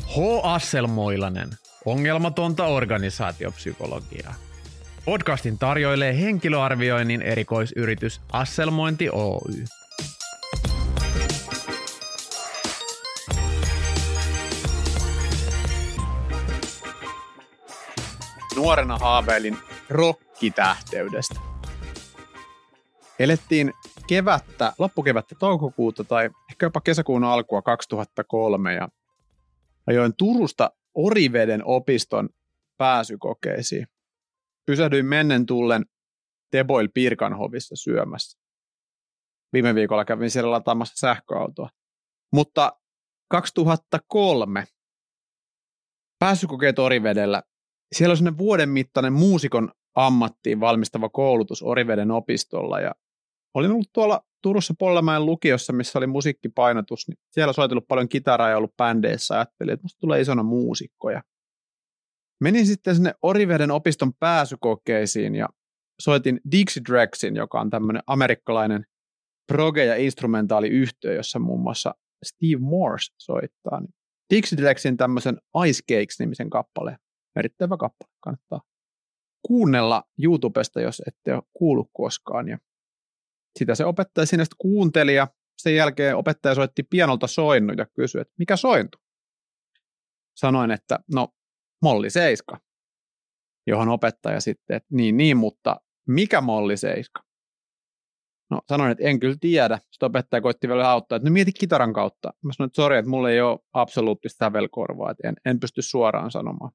H. Asselmoilanen, ongelmatonta organisaatiopsykologiaa. Podcastin tarjoilee henkilöarvioinnin erikoisyritys Asselmointi Oy. Nuorena haaveilin rokkitähteydestä. Elettiin loppukevättä toukokuuta tai ehkä jopa kesäkuun alkua 2003 ja ajoin Turusta Oriveden opiston pääsykokeisiin. Pysähdyin mennen tullen Teboil Pirkanhovissa syömässä. Viime viikolla kävin siellä lataamassa sähköautoa. Mutta 2003 pääsykokeet Orivedellä. Siellä on sellainen vuoden mittainen muusikon ammattiin valmistava koulutus Oriveden opistolla ja olin ollut tuolla Turussa Pollamäen lukiossa, missä oli musiikkipainotus, niin siellä soitellut paljon kitaraa ja ollut bändeissä. Ajattelin, että musta tulee isona muusikkoja. Menin sitten sinne Oriveden opiston pääsykokeisiin ja soitin Dixie Drexin, joka on tämmöinen amerikkalainen proge- ja instrumentaaliyhtiö, jossa muun muassa Steve Morse soittaa. Dixie Drexin tämmöisen Ice Cakes-nimisen kappaleen. Erittäin hyvä kappale. Kannattaa kuunnella YouTubesta, jos ette ole kuullut koskaan. Ja sitä se opettaja sinne kuunteli ja sen jälkeen opettaja soitti pianolta soinnut ja kysyi, että mikä sointu? Sanoin, että no molli 7, johon opettaja sitten, että niin, mutta mikä molli 7? No sanoin, että en kyllä tiedä. Sitten opettaja koitti vielä auttaa, että no mieti kitaran kautta. Mä sanoin, että sori, että mulla ei ole absoluuttista sävelkorvaa, että en pysty suoraan sanomaan.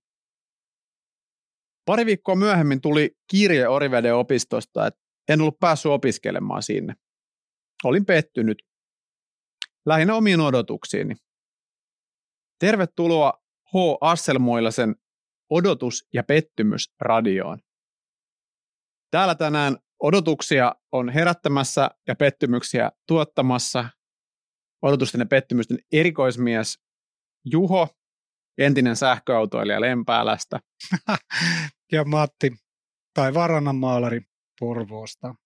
Pari viikkoa myöhemmin tuli kirje Oriveden opistosta, että en ollut päässyt opiskelemaan sinne. Olin pettynyt. Lähinnä omiin odotuksiini. Tervetuloa H. Asselmoilasen odotus- ja pettymysradioon. Täällä tänään odotuksia on herättämässä ja pettymyksiä tuottamassa. Odotusten ja pettymysten erikoismies Juho, entinen sähköautoilija Lempäälästä. Ja Matti, tai varannan maalari Porvoosta.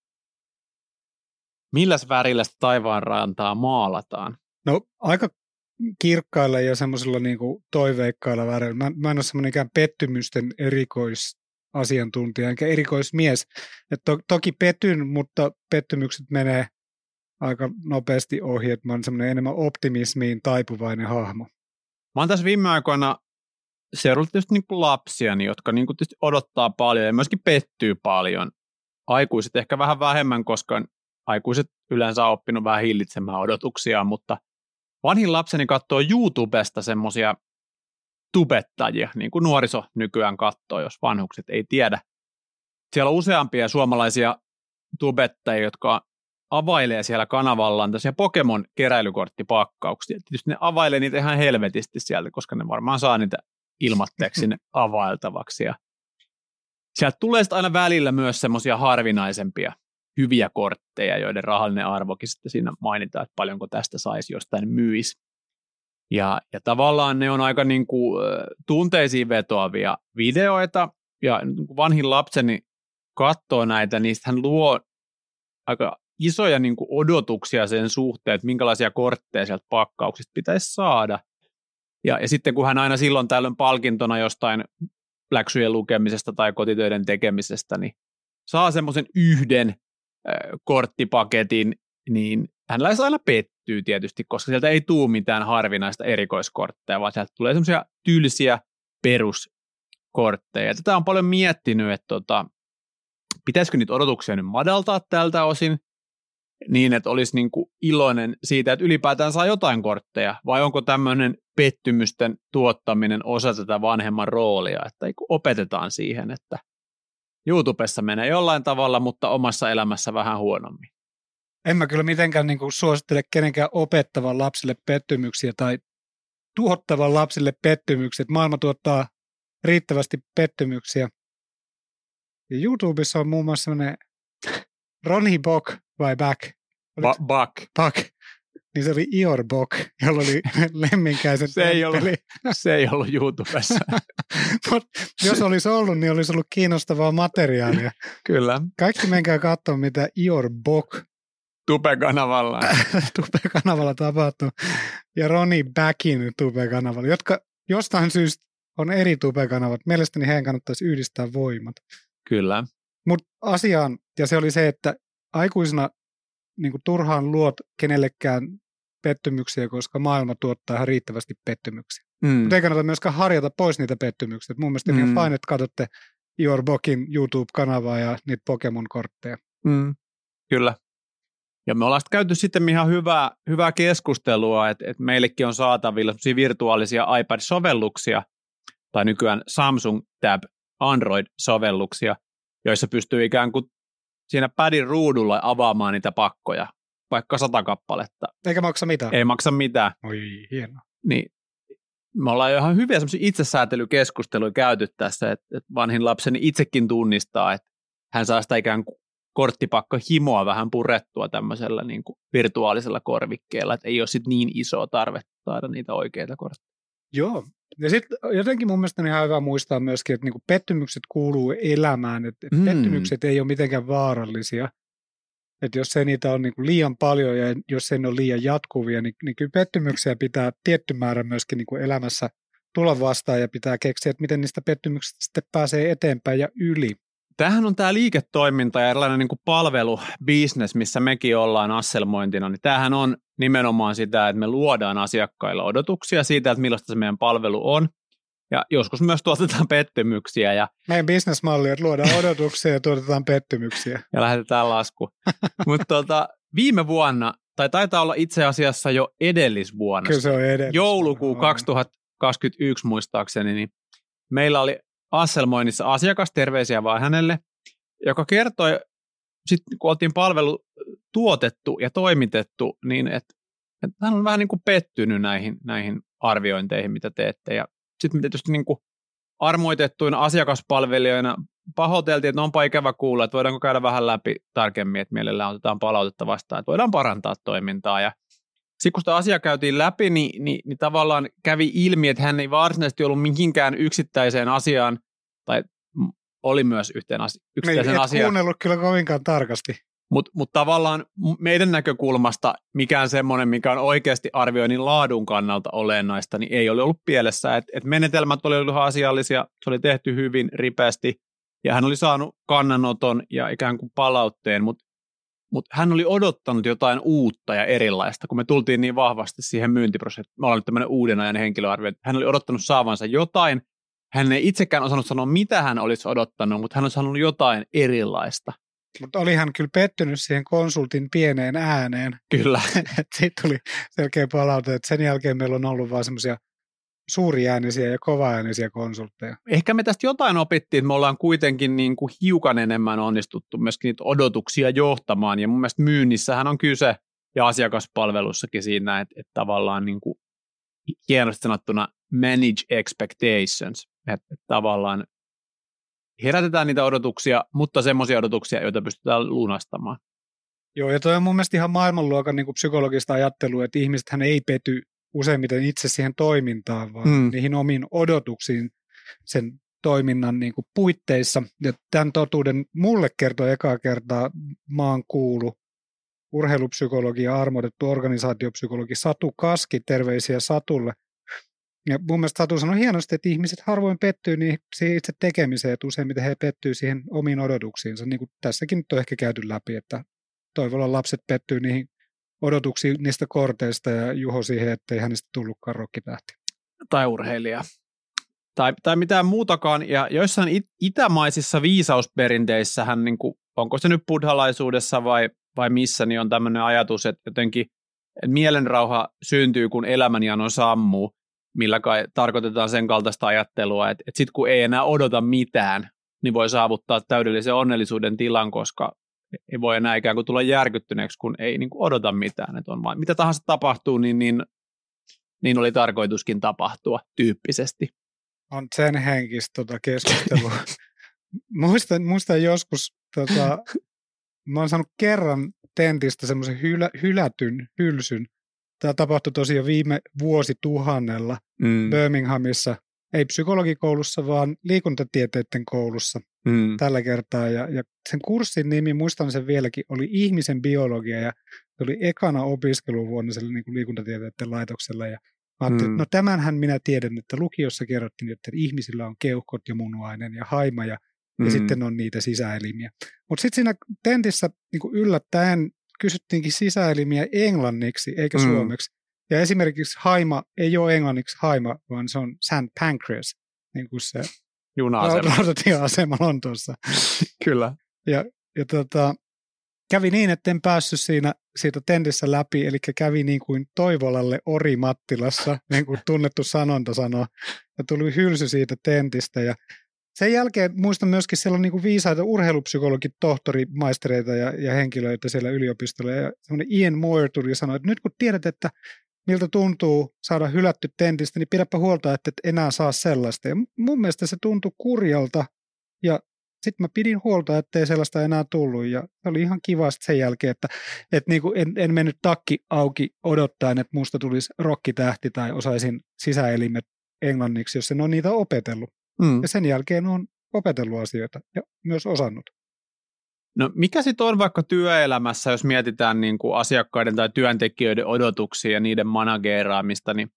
Milläs värillä sitä taivaanrantaa maalataan? No aika kirkkailla ja semmoisilla niinku toiveikkailla väreillä. Mä en ole semmoinen ikään pettymysten erikoisasiantuntija, enkä erikoismies. Toki petyn, mutta pettymykset menee aika nopeasti ohi, että mä oon semmoinen enemmän optimismiin taipuvainen hahmo. Mä oon tässä viime aikoina seurannut tietysti niinku lapsia, jotka niinku tietysti odottaa paljon ja myöskin pettyy paljon. Aikuiset ehkä vähän vähemmän, koska aikuiset yleensä on oppinut vähän hillitsemään odotuksiaan, mutta vanhin lapseni katsoo YouTubesta semmoisia tubettajia, niin kuin nuoriso nykyään katsoo, jos vanhukset ei tiedä. Siellä on useampia suomalaisia tubettajia, jotka availee siellä kanavallaan tällaisia Pokemon-keräilykorttipakkauksia. Tietysti ne availee niitä ihan helvetisti sieltä, koska ne varmaan saa niitä ilmatteeksi sinne availtavaksi. Ja sieltä tulee sitten aina välillä myös semmoisia harvinaisempia hyviä kortteja, joiden rahallinen arvokin sitten siinä mainitaan, että paljonko tästä saisi jostain myisi. Ja tavallaan ne on aika niin kuin tunteisiin vetoavia videoita, ja vanhin lapseni katsoo näitä, niistä hän luo aika isoja niin kuin odotuksia sen suhteen, että minkälaisia kortteja sieltä pakkauksista pitäisi saada. Ja sitten kun hän aina silloin tällöin palkintona jostain läksyjen lukemisesta tai kotitöiden tekemisestä, niin saa semmoisen yhden korttipaketin, niin hänellä aina pettyy tietysti, koska sieltä ei tule mitään harvinaista erikoiskortteja, vaan sieltä tulee semmoisia tylsiä peruskortteja. Tätä on paljon miettinyt, että pitäisikö niitä odotuksia nyt madaltaa tältä osin, niin että olisi niin kuin iloinen siitä, että ylipäätään saa jotain kortteja, vai onko tämmöinen pettymysten tuottaminen osa tätä vanhemman roolia, että opetetaan siihen, että YouTubessa menee jollain tavalla, mutta omassa elämässä vähän huonommin. En mä kyllä mitenkään niin kuin suosittele kenenkään opettavan lapsille pettymyksiä tai tuottavan lapsille pettymyksiä. Maailma tuottaa riittävästi pettymyksiä. Ja YouTubessa on muun muassa sellainen Ronnie Bock vai Back? Buck. Niin se oli Ior Bock, jolla oli lemminkäisen peli. Se ei ollut YouTubessa. Jos olisi ollut, niin olisi ollut kiinnostavaa materiaalia. Kyllä. Kaikki menkää katsoa, mitä Ior Bock Tube-kanavalla tapahtuu. Ja Ronnie Backin Tube-kanavalla, jotka jostain syystä on eri tubekanavat. Mielestäni heidän kannattaisi yhdistää voimat. Kyllä. Mutta asiaan, ja se oli se, että aikuisena niin kuin turhaan luot kenellekään pettymyksiä, koska maailma tuottaa ihan riittävästi pettymyksiä. Mutta ei kannata myöskään harjata pois niitä pettymyksiä. Mun mielestä on ihan fine, että katsotte Your Bokin YouTube-kanavaa ja niitä Pokemon-kortteja. Kyllä. Ja me ollaan käyty sitten ihan hyvää keskustelua, että meillekin on saatavilla virtuaalisia iPad-sovelluksia, tai nykyään Samsung Tab Android-sovelluksia, joissa pystyy ikään kuin siinä padin ruudulla avaamaan niitä pakkoja, vaikka 100 kappaletta. Eikä maksa mitään. Ei maksa mitään. Oi, hienoa. Niin, me ollaan jo ihan hyviä semmoisia itsesäätelykeskusteluja käyty tässä, että vanhin lapseni itsekin tunnistaa, että hän saa sitä ikään kuin korttipakkohimoa vähän purettua tämmöisellä niin kuin virtuaalisella korvikkeella, että ei ole sitten niin isoa tarvetta saada niitä oikeita kortteja. Joo, ja sitten jotenkin mun mielestä on ihan hyvä muistaa myöskin, että niinku pettymykset kuuluu elämään, että pettymykset ei ole mitenkään vaarallisia. Että jos ei niitä ole niinku liian paljon ja jos ei ne ole liian jatkuvia, niin kyllä pettymyksiä pitää tietty määrä myöskin niinku elämässä tulla vastaan ja pitää keksiä, että miten niistä pettymyksistä sitten pääsee eteenpäin ja yli. Tämähän on tämä liiketoiminta ja erilainen niin kuin palvelubisnes, missä mekin ollaan Asselmointina, niin tämähän on nimenomaan sitä, että me luodaan asiakkailla odotuksia siitä, että millaista se meidän palvelu on, ja joskus myös tuotetaan pettymyksiä. Ja meidän bisnesmalli, että luodaan odotuksia ja tuotetaan pettymyksiä. Ja lähetetään lasku. Mutta viime vuonna, tai taitaa olla itse asiassa jo edellisvuonna, kyllä se on joulukuu 2021 muistaakseni, niin meillä oli Asselmoinnissa asiakas, terveisiä vaan hänelle, joka kertoi, sitten kun oltiin palvelu tuotettu ja toimitettu, niin että hän on vähän niin kuin pettynyt näihin arviointeihin, mitä teette. Ja sitten tietysti niin kuin armoitettuina asiakaspalvelijoina pahoiteltiin, että onpa ikävä kuulla, että voidaanko käydä vähän läpi tarkemmin, että mielellään otetaan palautetta vastaan, että voidaan parantaa toimintaa. Ja sitten kun sitä asiaa käytiin läpi, niin tavallaan kävi ilmi, että hän ei varsinaisesti ollut mihinkään yksittäiseen asiaan, tai oli myös yksittäiseen asiaan. Ei kuunnellut kyllä kovinkaan tarkasti. Mutta tavallaan meidän näkökulmasta mikään semmoinen, mikä on oikeasti arvioinnin laadun kannalta olennaista, niin ei ole ollut pielessä. Et menetelmät oli ollut asiallisia, se oli tehty hyvin ripeästi, ja hän oli saanut kannanoton ja ikään kuin palautteen, mutta hän oli odottanut jotain uutta ja erilaista, kun me tultiin niin vahvasti siihen myyntiprosessiin. Me ollaan nyt tämmöinen uuden ajan henkilöarvio. Hän oli odottanut saavansa jotain. Hän ei itsekään osannut sanoa, mitä hän olisi odottanut, mutta hän olisi halunnut jotain erilaista. Mutta oli hän kyllä pettynyt siihen konsultin pieneen ääneen. Kyllä. Siitä tuli selkeä palaute, että sen jälkeen meillä on ollut vaan semmoisia suuriäänisiä ja kovaäänisiä konsultteja. Ehkä me tästä jotain opittiin, että me ollaan kuitenkin niin kuin hiukan enemmän onnistuttu myöskin niitä odotuksia johtamaan, ja mun mielestä myynnissähän on kyse, ja asiakaspalvelussakin siinä, että tavallaan niin kuin hienosti sanottuna manage expectations, että tavallaan herätetään niitä odotuksia, mutta semmoisia odotuksia, joita pystytään lunastamaan. Joo, ja toi on mun mielestä ihan maailmanluokan niin kuin psykologista ajattelua, että ihmisethän ei pety useimmiten itse siihen toimintaan, vaan niihin omiin odotuksiin sen toiminnan niin kuin puitteissa. Ja tämän totuuden mulle kertoi ekaa kertaa maan kuulu urheilupsykologi ja armoitettu organisaatiopsykologi Satu Kaski, terveisiä Satulle. Ja mun mielestä Satu sanoi hienosti, että ihmiset harvoin pettyy siihen itse tekemiseen, että useimmiten he pettyy siihen omiin odotuksiinsa. Niin kuin tässäkin nyt on ehkä käyty läpi, että toivolla lapset pettyy niihin odotuksiin niistä korteista ja Juho siihen, ettei hänestä tullutkaan rokkitähti. Tai urheilija. Tai mitään muutakaan. Ja joissain itämaisissa viisausperinteissähän, niin kuin, onko se nyt buddhalaisuudessa vai missä, niin on tämmöinen ajatus, että jotenkin että mielenrauha syntyy, kun elämänjano sammuu, millä kai tarkoitetaan sen kaltaista ajattelua, että sitten kun ei enää odota mitään, niin voi saavuttaa täydellisen onnellisuuden tilan, koska ei voi enää ikään kuin tulla järkyttyneeksi, kun ei niin kuin odota mitään. Että on vaan, mitä tahansa tapahtuu, niin oli tarkoituskin tapahtua tyyppisesti. On sen henkistä keskustelua. Muistan joskus, mä oon saanut kerran tentistä semmoisen hylätyn hylsyn. Tämä tapahtui tosiaan viime vuosituhannella Birminghamissa. Ei psykologikoulussa, vaan liikuntatieteiden koulussa tällä kertaa. Ja sen kurssin nimi, muistan sen vieläkin, oli ihmisen biologia. Ja se oli ekana opiskeluvuonna sillä niin kuin liikuntatieteiden laitoksella. Ja Mä ajattelin, että no tämänhän minä tiedän, että lukiossa kerrottiin, että ihmisillä on keuhkot ja munuainen ja haima ja sitten on niitä sisäelimiä. Mutta sitten siinä tentissä niin yllättäen kysyttiinkin sisäelimiä englanniksi eikä suomeksi. Ja esimerkiksi haima ei ole englanniksi haima, vaan se on St. Pancras, niin kuin se rautatieasema Lontoossa. Kyllä. Ja kävi niin, että en päässyt siitä tentissä läpi, eli kävi niin kuin Toivolalle Orimattilassa, niin kuin tunnettu sanonta sanoo, ja tuli hylsy siitä tentistä. Ja sen jälkeen muistan myöskin, siellä on niin kuin viisaita urheilupsykologit, tohtorimaistereita ja henkilöitä siellä yliopistolla. Ja semmoinen Ian Moore tuli ja sanoi, että nyt kun tiedät, että miltä tuntuu saada hylätty tentistä, niin pidäpä huolta, että et enää saa sellaista. Ja mun mielestä se tuntui kurjalta, ja sitten mä pidin huolta, ettei sellaista enää tullut. Ja se oli ihan kiva sen jälkeen, että niin kuin en mennyt takki auki odottaen, että musta tulisi rokkitähti tai osaisin sisäelimet englanniksi, jos en ole niitä opetellut. Ja sen jälkeen on opetellut asioita ja myös osannut. No mikä sitten on vaikka työelämässä, jos mietitään niin kuin asiakkaiden tai työntekijöiden odotuksia ja niiden manageeraamista, niin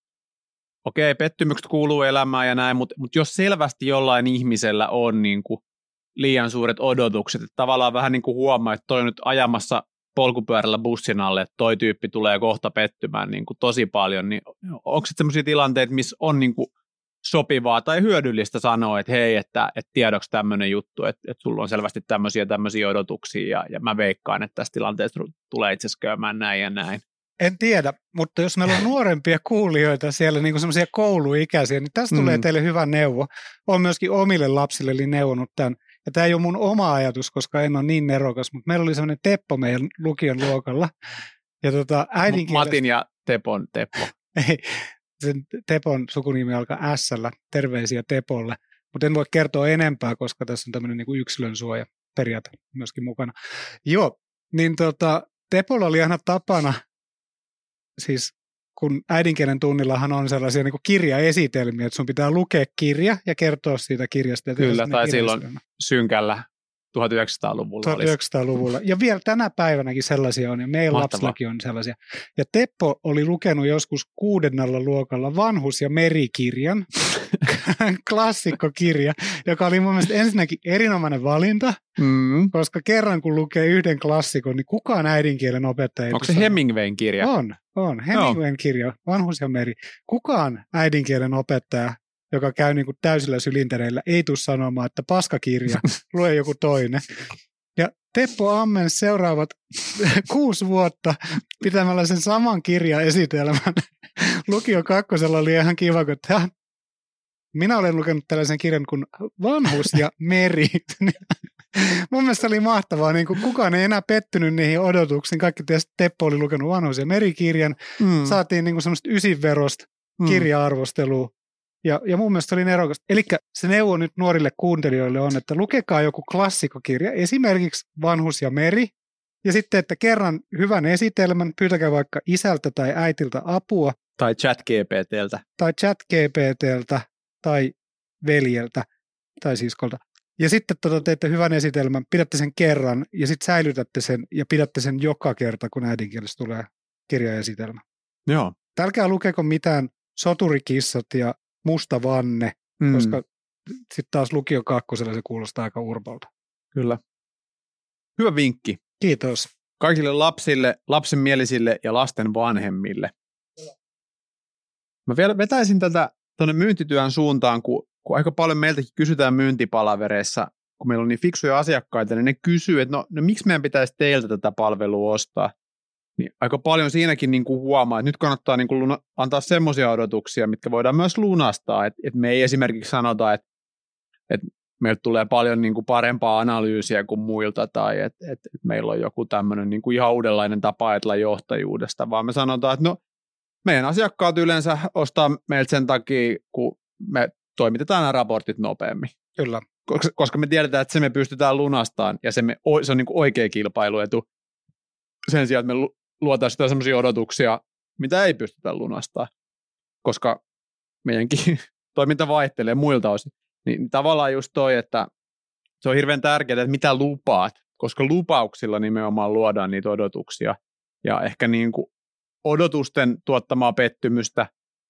okei, pettymykset kuuluu elämään ja näin, mutta jos selvästi jollain ihmisellä on niin kuin liian suuret odotukset, että tavallaan vähän niin kuin huomaa, että toi nyt ajamassa polkupyörällä bussin alle, että toi tyyppi tulee kohta pettymään niin kuin tosi paljon, niin onko sitten sellaisia tilanteita, missä on niin kuin sopivaa tai hyödyllistä sanoa, että hei, että tiedoksi tämmöinen juttu, että sulla on selvästi tämmöisiä odotuksia ja mä veikkaan, että tässä tilanteessa tulee itse asiassa käymään näin ja näin. En tiedä, mutta jos meillä on nuorempia kuulijoita siellä, niin kuin semmoisia kouluikäisiä, niin tästä tulee teille hyvä neuvo. Olen myöskin omille lapsille neuvonut tämän. Ja tämä ei ole mun oma ajatus, koska en ole niin nerokas, mutta meillä oli semmoinen Teppo meidän lukion luokalla. Ja Matin ja Tepon Teppo. Ei, sen Tepon sukunimi alkaa S-llä, terveisiä Tepolle. Mutta en voi kertoa enempää, koska tässä on tämmöinen niin kuin yksilön suoja periaate myöskin mukana. Joo, niin Tepolla oli aina tapana, siis kun äidinkielen tunnillahan on sellaisia niin kuin kirjaesitelmiä, että sun pitää lukea kirja ja kertoa siitä kirjasta. Kyllä, tai silloin synkällä 1900-luvulla. 1900-luvulla. Ja vielä tänä päivänäkin sellaisia on, ja meidän lapsillakin on sellaisia. Ja Teppo oli lukenut joskus 6. luokalla Vanhus- ja merikirjan, klassikkokirja, joka oli mun mielestä ensinnäkin erinomainen valinta, koska kerran kun lukee yhden klassikon, niin kukaan äidinkielen opettaja ei onko se Hemingwayn kirja? On. Hemingwayn kirja, Vanhus ja meri. Kukaan äidinkielen opettaja, joka käy niin kuin täysillä sylintereillä, ei tule sanomaan, että paskakirja, lue joku toinen. Ja Teppo ammensi seuraavat 6 vuotta pitämällä sen saman kirjaesitelmän. Lukio 2. oli ihan kiva, että minä olen lukenut tällaisen kirjan kuin Vanhus ja meri. Mun mielestä oli mahtavaa, niin kuin kukaan ei enää pettynyt niihin odotuksiin. Kaikki tietysti Teppo oli lukenut Vanhus ja merikirjan. Saatiin niin kuin semmoista 9-verosta kirja-arvostelua. Ja mun mielestä oli nerokasta. Eli se neuvo nyt nuorille kuuntelijoille on, että lukekaa joku klassikokirja, esimerkiksi Vanhus ja meri, ja sitten, että kerran hyvän esitelmän, pyytäkää vaikka isältä tai äitiltä apua. Tai ChatGPTltä. Tai veljeltä tai siskolta. Ja sitten teette hyvän esitelmän, pidätte sen kerran, ja sitten säilytätte sen, ja pidätte sen joka kerta, kun äidinkielessä tulee kirjaesitelmä. Joo. Älkää lukeko mitään soturikissat ja musta vanne, koska sitten taas lukio 2. se kuulostaa aika urpalta. Kyllä. Hyvä vinkki. Kiitos. Kaikille lapsille, lapsenmielisille ja lasten vanhemmille. Mä vielä vetäisin tätä tuonne myyntityön suuntaan, kun aika paljon meiltäkin kysytään myyntipalavereissa, kun meillä on niin fiksuja asiakkaita, niin ne kysyy, että no miksi meidän pitäisi teiltä tätä palvelua ostaa. Niin aika paljon siinäkin niin kuin huomaa, että nyt kannattaa niin kuin antaa semmoisia odotuksia, mitkä voidaan myös lunastaa. Että me ei esimerkiksi sanota, että meiltä tulee paljon niin kuin parempaa analyysiä kuin muilta tai että meillä on joku tämmöinen niin kuin ihan uudenlainen tapa ajatella johtajuudesta, vaan me sanotaan, että no meidän asiakkaat yleensä ostaa meiltä sen takia, kun me toimitetaan nämä raportit nopeammin. Kyllä. Koska me tiedetään, että se me pystytään lunastamaan ja se on niin kuin oikea kilpailuetu sen sijaan, että me luotaan sitä sellaisia odotuksia, mitä ei pystytä lunastamaan, koska meidänkin toiminta vaihtelee muilta osin. Niin tavallaan just toi, että se on hirveän tärkeää, että mitä lupaat, koska lupauksilla nimenomaan luodaan niitä odotuksia ja ehkä niin kuin odotusten tuottamaa pettymystä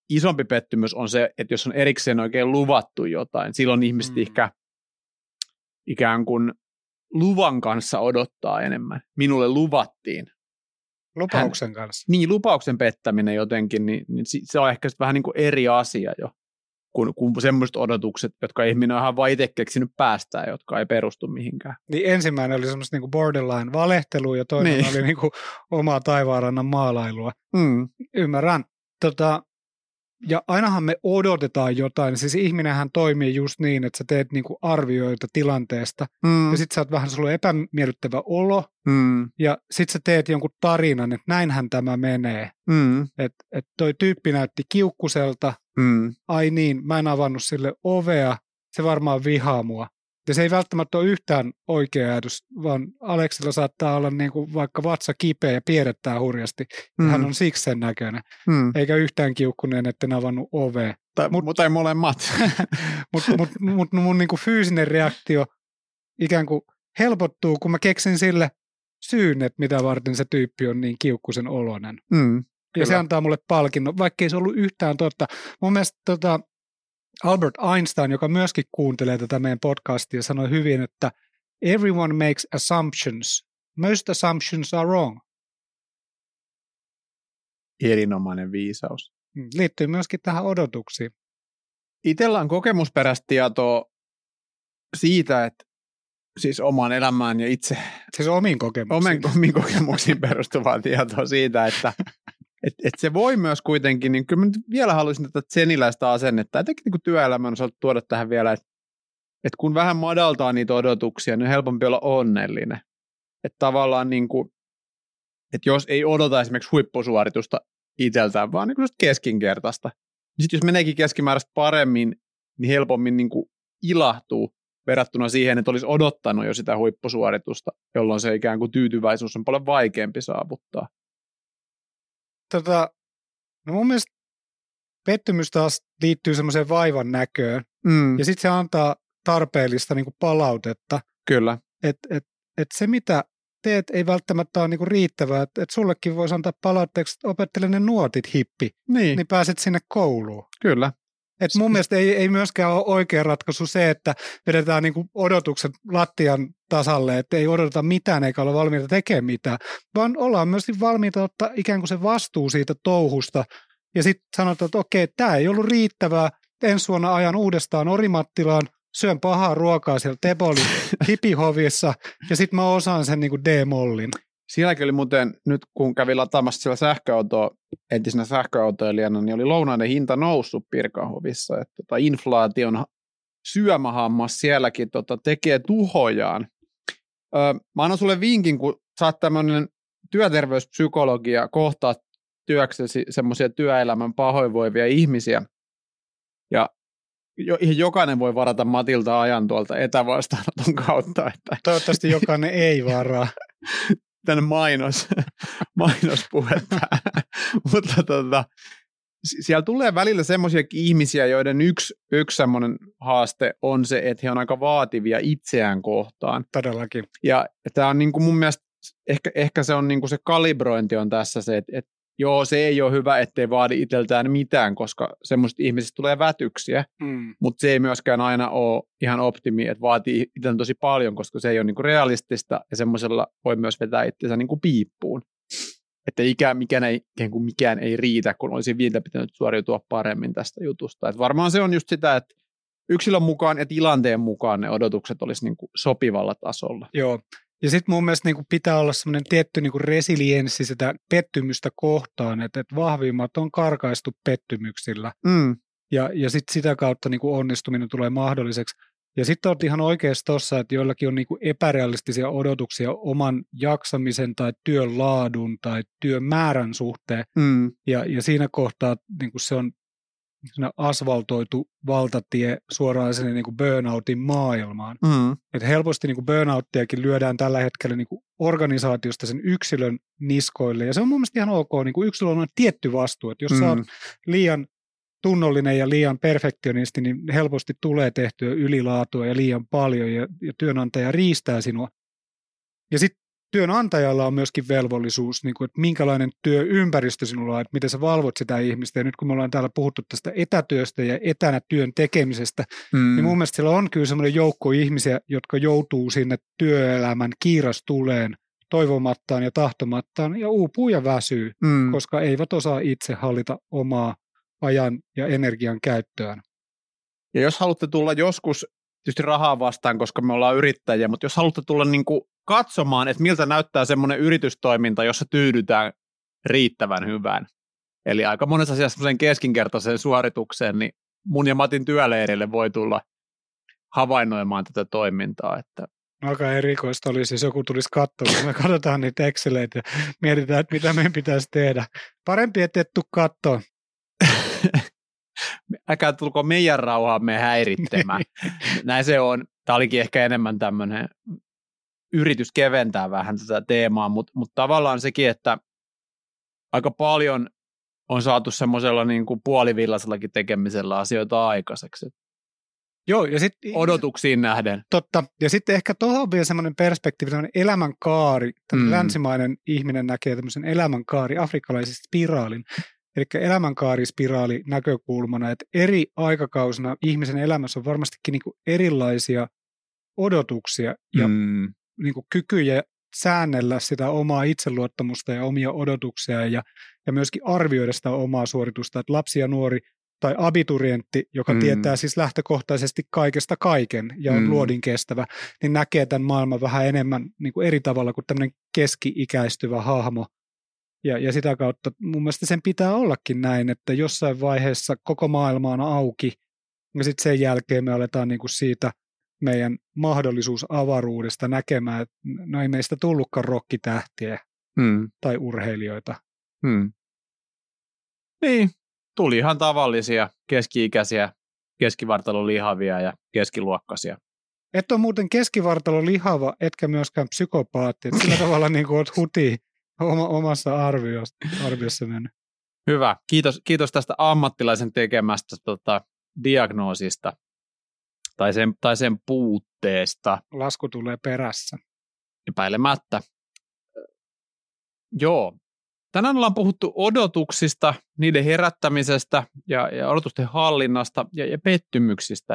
isompi pettymys on se, että jos on erikseen oikein luvattu jotain, silloin ihmiset ehkä ikään kuin luvan kanssa odottaa enemmän. Minulle luvattiin. Lupauksen kanssa. Niin, lupauksen pettäminen jotenkin, niin se on ehkä vähän niin kuin eri asia jo, kuin semmoiset odotukset, jotka ihminen on ihan vaan itse keksinyt päästään, jotka ei perustu mihinkään. Niin ensimmäinen oli semmoista niinku borderline valehtelua ja toinen oli niinku omaa taivaanrannan maalailua. Ymmärrän. Ja ainahan me odotetaan jotain. Siis ihminenhän toimii just niin, että sä teet niinku arvioita tilanteesta ja sit sä oot vähän sulla epämiellyttävä olo ja sit sä teet jonkun tarinan, että näinhän tämä menee. Että toi tyyppi näytti kiukkuselta. Ai niin, mä en avannut sille ovea, se varmaan vihaa mua. Ja se ei välttämättä ole yhtään oikea ajatus, vaan Aleksilla saattaa olla niin kuin vaikka vatsa kipeä ja piirrettää hurjasti. Hän on siksi sen näköinen, eikä yhtään kiukkuneen, etten avannut ovea. Mutta ei molemmat. Mutta mun niin kuin fyysinen reaktio ikään kuin helpottuu, kun mä keksin sille syyn, että mitä varten se tyyppi on niin kiukkusen oloinen. Ja se antaa mulle palkinnon, vaikka ei se ollut yhtään totta. Mun mielestä Albert Einstein, joka myöskin kuuntelee tätä meidän podcastia, sanoi hyvin, että everyone makes assumptions. Most assumptions are wrong. Erinomainen viisaus. Liittyy myöskin tähän odotuksiin. Itsellä on kokemusperäistä tietoa siitä, että siis omaan elämään ja itse... Siis omiin kokemuksiin. Omiin kokemuksiin perustuvaa tietoa siitä, että se voi myös kuitenkin, niin kyllä mä nyt vielä haluaisin tätä zeniläistä asennetta, etenkin niin kuin työelämän osalta tuoda tähän vielä, että kun vähän madaltaa niitä odotuksia, niin on helpompi olla onnellinen. Että tavallaan niin kuin, että jos ei odota esimerkiksi huippusuoritusta itseltään, vaan niin kuin keskinkertaista, niin sitten jos meneekin keskimääräistä paremmin, niin helpommin niin kuin ilahtuu verrattuna siihen, että olisi odottanut jo sitä huippusuoritusta, jolloin se ikään kuin tyytyväisyys on paljon vaikeampi saavuttaa. No mun mielestä pettymys taas liittyy semmoiseen vaivan näköön, ja sitten se antaa tarpeellista niinku palautetta. Kyllä. Et se, mitä teet, ei välttämättä ole niinku riittävää. Et sullekin voisi antaa palautteeksi, että opettele ne nuotit, hippi, niin pääset sinne kouluun. Kyllä. Et mun mielestä ei myöskään ole oikea ratkaisu se, että vedetään niinku odotukset lattian tasalle, että ei odoteta mitään eikä olla valmiita tekemään mitään, vaan ollaan myös valmiita ottaa ikään kuin se vastuu siitä touhusta ja sitten sanotaan, että okei, tämä ei ollut riittävää, ensi vuonna ajan uudestaan Orimattilaan, syön pahaa ruokaa siellä Tebolin hippihovissa ja sitten mä osaan sen niinku D-mollin. Sielläkin oli muuten, nyt kun kävin lataamassa siellä sähköautoa, entisenä sähköautoilijana, niin oli lounaiden hinta noussut Pirkanhovissa. Että inflaation syömähammas sielläkin tekee tuhojaan. Mä annan sulle vinkin, kun sä oot tämmöinen työterveyspsykologia, kohtaat työksesi semmoisia työelämän pahoinvoivia ihmisiä. Ja jokainen voi varata Matilta ajan tuolta etävastaanoton kautta. Että toivottavasti jokainen ei varaa. Tänne mainospuhetta. Mutta siellä tulee välillä semmoisia ihmisiä, joiden yksi semmoinen haaste on se, että he on aika vaativia itseään kohtaan. Todellakin. Ja tämä on niin kuin mun mielestä, ehkä se on niin kuin se kalibrointi on tässä se, että joo, se ei ole hyvä, ettei vaadi itseltään mitään, koska semmoiset ihmisistä tulee vätyksiä, mutta se ei myöskään aina ole ihan optimi, että vaatii itseltään tosi paljon, koska se ei ole niinku realistista ja semmoisella voi myös vetää itsensä niinku piippuun. Että mikään ei riitä, kun olisi vielä pitänyt suoriutua paremmin tästä jutusta. Et varmaan se on just sitä, että yksilön mukaan ja tilanteen mukaan ne odotukset olisi niinku sopivalla tasolla. Joo. Ja sitten mun mielestä niinku pitää olla semmoinen tietty niinku resilienssi sitä pettymystä kohtaan, että vahvimmat on karkaistu pettymyksillä. Ja sitten sitä kautta niinku onnistuminen tulee mahdolliseksi. Ja sitten olet ihan oikeassa tuossa, että joillakin on niinku epärealistisia odotuksia oman jaksamisen tai työn laadun tai työn määrän suhteen. Ja siinä kohtaa niinku se on asfaltoitu valtatie suoraan sinne niin kuin burnoutin maailmaan. Että helposti niin kuin burnouttiakin lyödään tällä hetkellä niin kuin organisaatiosta sen yksilön niskoille. Ja se on mun mielestä ihan ok. Niin kuin yksilöllä on tietty vastuu. Että jos sä oot liian tunnollinen ja liian perfektionisti, niin helposti tulee tehtyä ylilaatua ja liian paljon ja työnantaja riistää sinua. Ja sitten työnantajalla on myöskin velvollisuus, niin kuin, että minkälainen työympäristö sinulla on, että miten sä valvot sitä ihmistä. Ja nyt kun me ollaan täällä puhuttu tästä etätyöstä ja etänä työn tekemisestä, niin mun mielestä siellä on kyllä semmoinen joukko ihmisiä, jotka joutuu sinne työelämän kiirastuleen toivomattaan ja tahtomattaan ja uupuu ja väsyy, koska eivät osaa itse hallita omaa ajan ja energian käyttöään. Ja jos haluatte tulla joskus, tietysti rahaa vastaan, koska me ollaan yrittäjiä, mutta jos haluatte tulla niin kuin katsomaan, että miltä näyttää semmoinen yritystoiminta, jossa tyydytään riittävän hyvään. Eli aika monessa asiassa semmoiseen keskinkertaiseen suoritukseen, niin mun ja Matin työleirille voi tulla havainnoimaan tätä toimintaa. Että aika erikoista olisi, jos joku tulisi katsomaan, kun me katsotaan niitä Exceleitä ja mietitään, että mitä meidän pitäisi tehdä. Parempi, että et tuu katsoa. Äkää tulko meidän rauhaamme häiritsemään. Näin se on. Tämä olikin ehkä enemmän tämmöinen yritys keventää vähän tätä teemaa, mutta tavallaan sekin, että aika paljon on saatu semmoisella niin kuin puolivillaisellakin tekemisellä asioita aikaiseksi. Joo, ja sitten odotuksiin nähden. Totta. Ja sitten ehkä tuohon on vielä semmoinen perspektiivi, semmoinen elämänkaari. Länsimainen ihminen näkee tämmöisen elämänkaari, afrikkalaisen spiraalin. Eli elämänkaarispiraali näkökulmana, että eri aikakausina ihmisen elämässä on varmastikin niin kuin erilaisia odotuksia ja niin kuin kykyjä säännellä sitä omaa itseluottamusta ja omia odotuksia ja myöskin arvioida sitä omaa suoritusta. Että lapsi ja nuori tai abiturientti, joka tietää siis lähtökohtaisesti kaikesta kaiken ja on luodin kestävä, niin näkee tämän maailman vähän enemmän niin kuin eri tavalla kuin tämmöinen keski-ikäistyvä hahmo. Ja sitä kautta mun mielestä sen pitää ollakin näin, että jossain vaiheessa koko maailma on auki ja sitten sen jälkeen me aletaan niin kuin siitä meidän mahdollisuus avaruudesta näkemään, että no ei meistä tullutkaan rokkitähtiä tai urheilijoita. Niin, tuli ihan tavallisia keski-ikäisiä, keskivartalon lihavia ja keskiluokkaisia. Et ole muuten keskivartalon lihava, etkä myöskään psykopaatti. Et sillä tavalla niin kuin olet huti omassa arviossa mennyt. Hyvä. Kiitos tästä ammattilaisen tekemästä diagnoosista tai sen puutteesta. Lasku tulee perässä. Epäilemättä. Joo. Tänään ollaan puhuttu odotuksista, niiden herättämisestä ja odotusten hallinnasta ja pettymyksistä.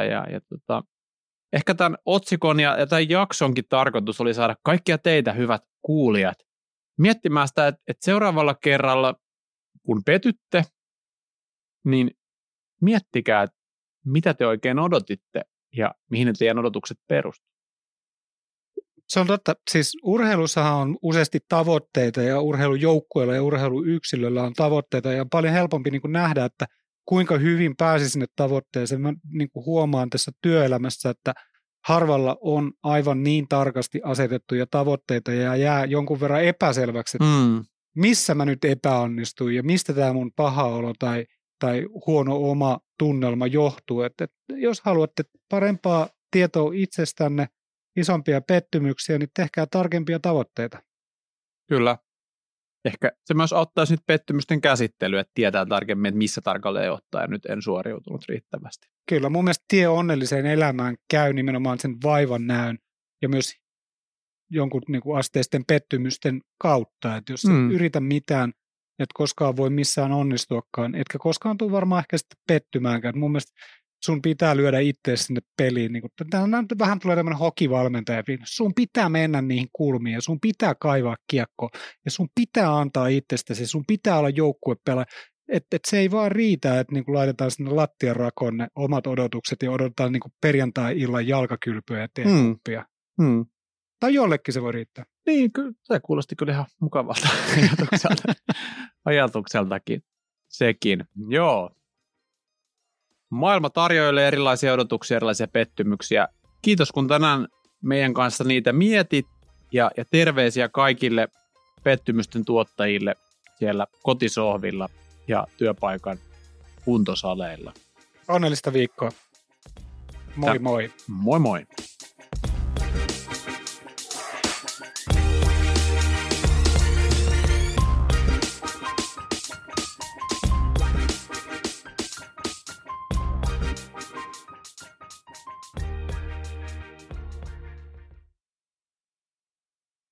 Ehkä tämän otsikon ja tämän jaksonkin tarkoitus oli saada kaikkia teitä, hyvät kuulijat, miettimään sitä, että seuraavalla kerralla, kun petytte, niin miettikää, mitä te oikein odotitte ja mihin ne teidän odotukset perustuvat. Se on totta. Siis urheilussahan on useasti tavoitteita ja urheilujoukkueilla ja urheiluyksilöillä on tavoitteita ja on paljon helpompi niin kuin nähdä, että kuinka hyvin pääsi sinne tavoitteeseen. Mä niin kuin huomaan tässä työelämässä, että harvalla on aivan niin tarkasti asetettuja tavoitteita ja jää jonkun verran epäselväksi, että missä mä nyt epäonnistuin ja mistä tämä mun paha olo tai huono oma tunnelma johtuu. Että jos haluatte parempaa tietoa itsestänne, isompia pettymyksiä, niin tehkää tarkempia tavoitteita. Kyllä. Ehkä se myös auttaisi nyt pettymysten käsittelyä, että tietää tarkemmin, että missä tarkalleen ottaa ja nyt en suoriutunut riittävästi. Kyllä, mun mielestä tie onnelliseen elämään käy nimenomaan sen vaivan näön ja myös jonkun niin kuin asteisten pettymysten kautta. Että jos et yritä mitään, et koskaan voi missään onnistuakaan, etkä koskaan tule varmaan ehkä sitten pettymäänkään. Mun mielestä sun pitää lyödä itseäsi sinne peliin. Niin vähän tulee tämmöinen hokivalmentaja. Sun pitää mennä niihin kulmiin ja sun pitää kaivaa kiekko ja sun pitää antaa itsestäsi. Sun pitää olla joukkuepelaaja. Että se ei vaan riitä, että niinku laitetaan sinne lattian rakoon ne omat odotukset ja odotetaan niinku perjantai-illan jalkakylpyä ja teekuppia. Tai jollekin se voi riittää. Niin, se kuulosti kyllä ihan mukavalta ajatukseltakin sekin. Joo. Maailma tarjoilee erilaisia odotuksia, erilaisia pettymyksiä. Kiitos, kun tänään meidän kanssa niitä mietit ja terveisiä kaikille pettymysten tuottajille siellä kotisohvilla ja työpaikan kuntosaleilla. Onnellista viikkoa. Moi moi. Moi moi.